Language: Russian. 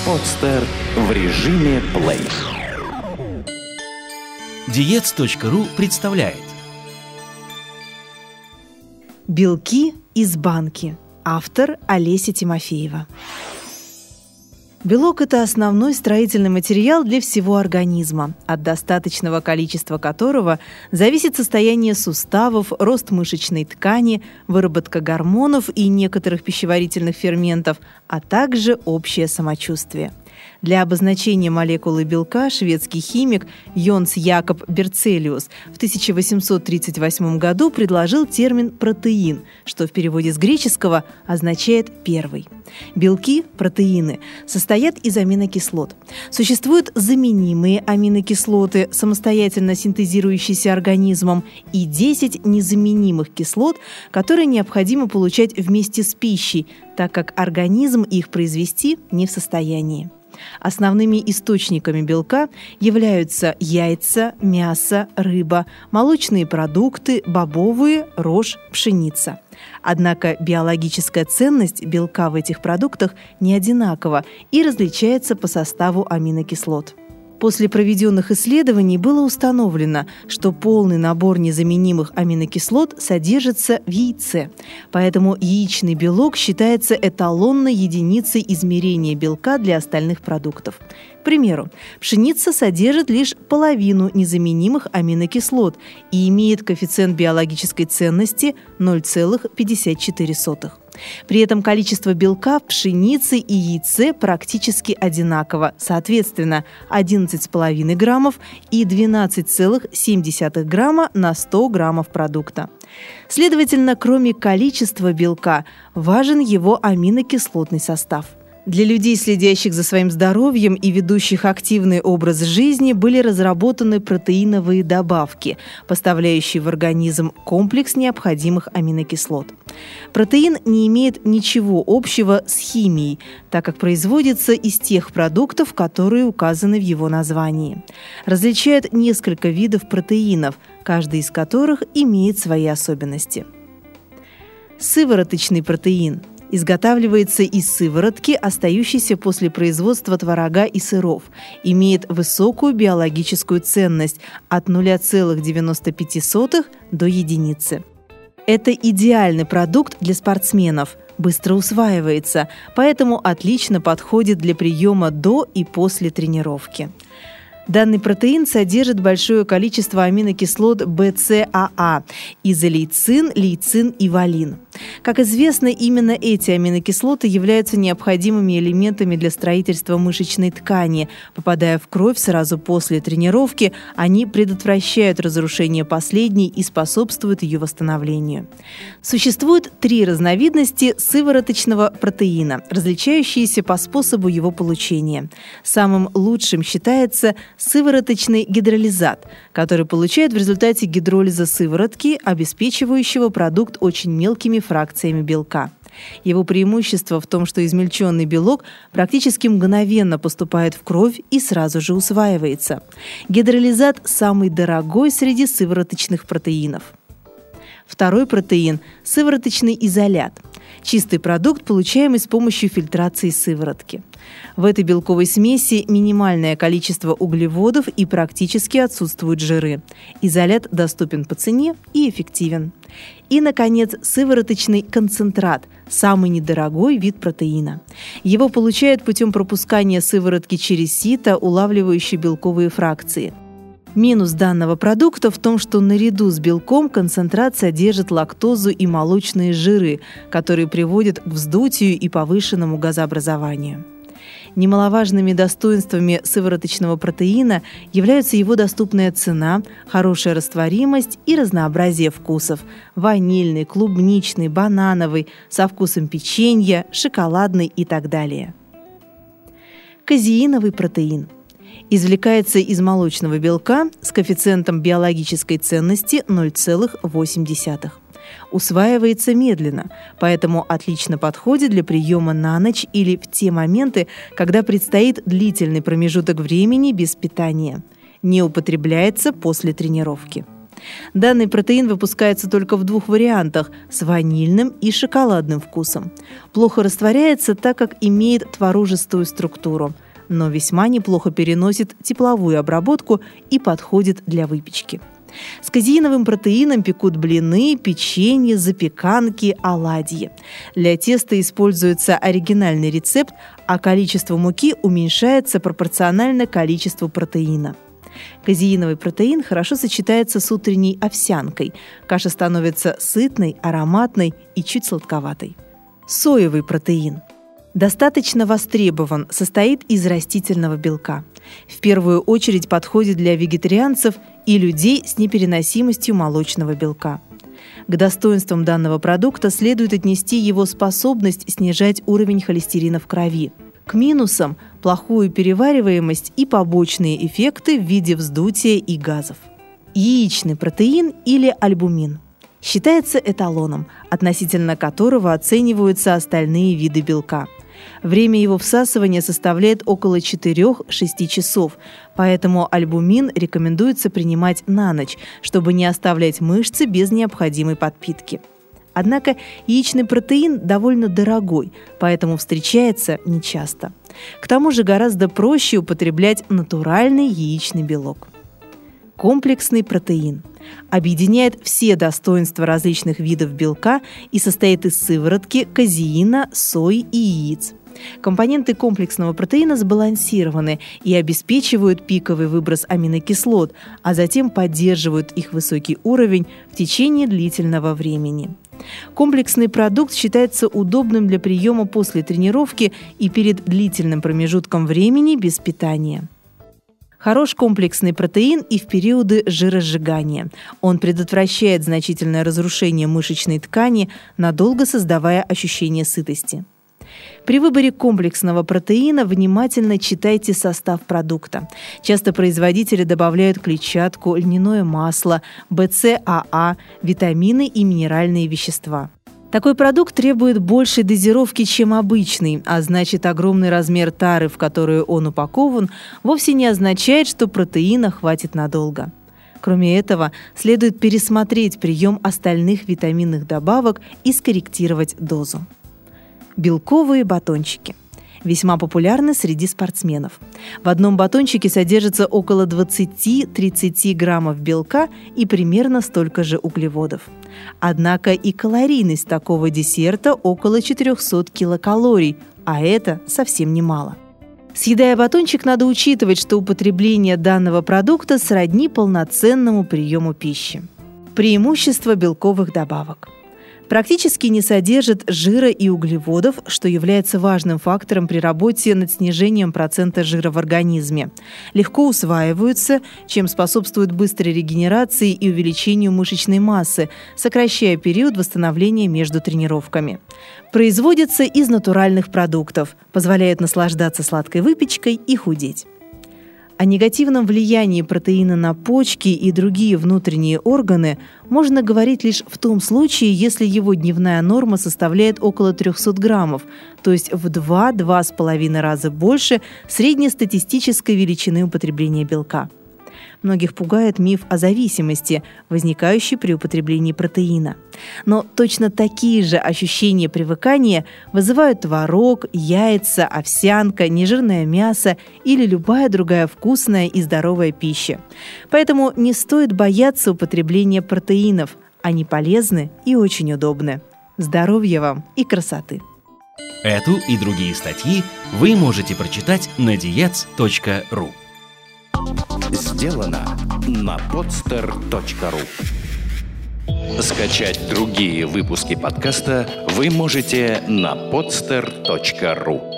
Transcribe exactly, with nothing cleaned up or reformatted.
Подстер в режиме плей. Диетс точка ру представляет Белки из банки. Автор Олеся Тимофеева. Белок – это основной строительный материал для всего организма, от достаточного количества которого зависит состояние суставов, рост мышечной ткани, выработка гормонов и некоторых пищеварительных ферментов, а также общее самочувствие. Для обозначения молекулы белка шведский химик Йонс Якоб Берцелиус в тысяча восемьсот тридцать восьмом году предложил термин «протеин», что в переводе с греческого означает «первый». Белки, протеины, состоят из аминокислот. Существуют заменимые аминокислоты, самостоятельно синтезирующиеся организмом, и десять незаменимых кислот, которые необходимо получать вместе с пищей, так как организм их произвести не в состоянии. Основными источниками белка являются яйца, мясо, рыба, молочные продукты, бобовые, рожь, пшеница. Однако биологическая ценность белка в этих продуктах не одинакова и различается по составу аминокислот. После проведенных исследований было установлено, что полный набор незаменимых аминокислот содержится в яйце, поэтому яичный белок считается эталонной единицей измерения белка для остальных продуктов. К примеру, пшеница содержит лишь половину незаменимых аминокислот и имеет коэффициент биологической ценности ноль целых пятьдесят четыре сотых. При этом количество белка в пшенице и яйце практически одинаково, соответственно, одиннадцать целых пять десятых граммов и двенадцать целых семь десятых грамма на сто граммов продукта. Следовательно, кроме количества белка, важен его аминокислотный состав. Для людей, следящих за своим здоровьем и ведущих активный образ жизни, были разработаны протеиновые добавки, поставляющие в организм комплекс необходимых аминокислот. Протеин не имеет ничего общего с химией, так как производится из тех продуктов, которые указаны в его названии. Различают несколько видов протеинов, каждый из которых имеет свои особенности. Сывороточный протеин изготавливается из сыворотки, остающейся после производства творога и сыров, имеет высокую биологическую ценность от ноль целых девяносто пять сотых до единицы. Это идеальный продукт для спортсменов, быстро усваивается, поэтому отлично подходит для приема до и после тренировки. Данный протеин содержит большое количество аминокислот бэ цэ а а – изолейцин, лейцин и валин. Как известно, именно эти аминокислоты являются необходимыми элементами для строительства мышечной ткани. Попадая в кровь сразу после тренировки, они предотвращают разрушение последней и способствуют ее восстановлению. Существует три разновидности сывороточного протеина, различающиеся по способу его получения. Самым лучшим считается сывороточный гидролизат, который получают в результате гидролиза сыворотки, обеспечивающего продукт очень мелкими фракциями белка. Его преимущество в том, что измельченный белок практически мгновенно поступает в кровь и сразу же усваивается. Гидролизат – самый дорогой среди сывороточных протеинов. Второй протеин – сывороточный изолят. Чистый продукт, получаемый с помощью фильтрации сыворотки. В этой белковой смеси минимальное количество углеводов и практически отсутствуют жиры. Изолят доступен по цене и эффективен. И, наконец, сывороточный концентрат – самый недорогой вид протеина. Его получают путем пропускания сыворотки через сито, улавливающее белковые фракции. Минус данного продукта в том, что наряду с белком концентрат содержит лактозу и молочные жиры, которые приводят к вздутию и повышенному газообразованию. Немаловажными достоинствами сывороточного протеина являются его доступная цена, хорошая растворимость и разнообразие вкусов – ванильный, клубничный, банановый, со вкусом печенья, шоколадный и так далее. Казеиновый протеин извлекается из молочного белка с коэффициентом биологической ценности ноль целых восемь десятых. Усваивается медленно, поэтому отлично подходит для приема на ночь или в те моменты, когда предстоит длительный промежуток времени без питания. Не употребляется после тренировки. Данный протеин выпускается только в двух вариантах – с ванильным и шоколадным вкусом. Плохо растворяется, так как имеет творожистую структуру, но весьма неплохо переносит тепловую обработку и подходит для выпечки. С казеиновым протеином пекут блины, печенье, запеканки, оладьи. Для теста используется оригинальный рецепт, а количество муки уменьшается пропорционально количеству протеина. Казеиновый протеин хорошо сочетается с утренней овсянкой. Каша становится сытной, ароматной и чуть сладковатой. Соевый протеин. Достаточно востребован, состоит из растительного белка. В первую очередь подходит для вегетарианцев и людей с непереносимостью молочного белка. К достоинствам данного продукта следует отнести его способность снижать уровень холестерина в крови. К минусам – плохую перевариваемость и побочные эффекты в виде вздутия и газов. Яичный протеин или альбумин считается эталоном, относительно которого оцениваются остальные виды белка. Время его всасывания составляет около четыре-шесть часов, поэтому альбумин рекомендуется принимать на ночь, чтобы не оставлять мышцы без необходимой подпитки. Однако яичный протеин довольно дорогой, поэтому встречается нечасто. К тому же гораздо проще употреблять натуральный яичный белок. Комплексный протеин объединяет все достоинства различных видов белка и состоит из сыворотки, казеина, сои и яиц. Компоненты комплексного протеина сбалансированы и обеспечивают пиковый выброс аминокислот, а затем поддерживают их высокий уровень в течение длительного времени. Комплексный продукт считается удобным для приема после тренировки и перед длительным промежутком времени без питания. Хорош комплексный протеин и в периоды жиросжигания. Он предотвращает значительное разрушение мышечной ткани, надолго создавая ощущение сытости. При выборе комплексного протеина внимательно читайте состав продукта. Часто производители добавляют клетчатку, льняное масло, бэ цэ а а, витамины и минеральные вещества. Такой продукт требует большей дозировки, чем обычный, а значит, огромный размер тары, в которую он упакован, вовсе не означает, что протеина хватит надолго. Кроме этого, следует пересмотреть прием остальных витаминных добавок и скорректировать дозу. Белковые батончики весьма популярны среди спортсменов. В одном батончике содержится около двадцать-тридцать граммов белка и примерно столько же углеводов. Однако и калорийность такого десерта около четыреста килокалорий, а это совсем немало. Съедая батончик, надо учитывать, что употребление данного продукта сродни полноценному приему пищи. Преимущества белковых добавок. Практически не содержит жира и углеводов, что является важным фактором при работе над снижением процента жира в организме. Легко усваиваются, чем способствует быстрой регенерации и увеличению мышечной массы, сокращая период восстановления между тренировками. Производятся из натуральных продуктов, позволяют наслаждаться сладкой выпечкой и худеть. О негативном влиянии протеина на почки и другие внутренние органы можно говорить лишь в том случае, если его дневная норма составляет около триста граммов, то есть в два-два с половиной раза больше среднестатистической величины употребления белка. Многих пугает миф о зависимости, возникающей при употреблении протеина. Но точно такие же ощущения привыкания вызывают творог, яйца, овсянка, нежирное мясо или любая другая вкусная и здоровая пища. Поэтому не стоит бояться употребления протеинов. Они полезны и очень удобны. Здоровья вам и красоты! Эту и другие статьи вы можете прочитать на диетс точка ру. Сделано на подстер точка ру. Скачать другие выпуски подкаста вы можете на подстер точка ру.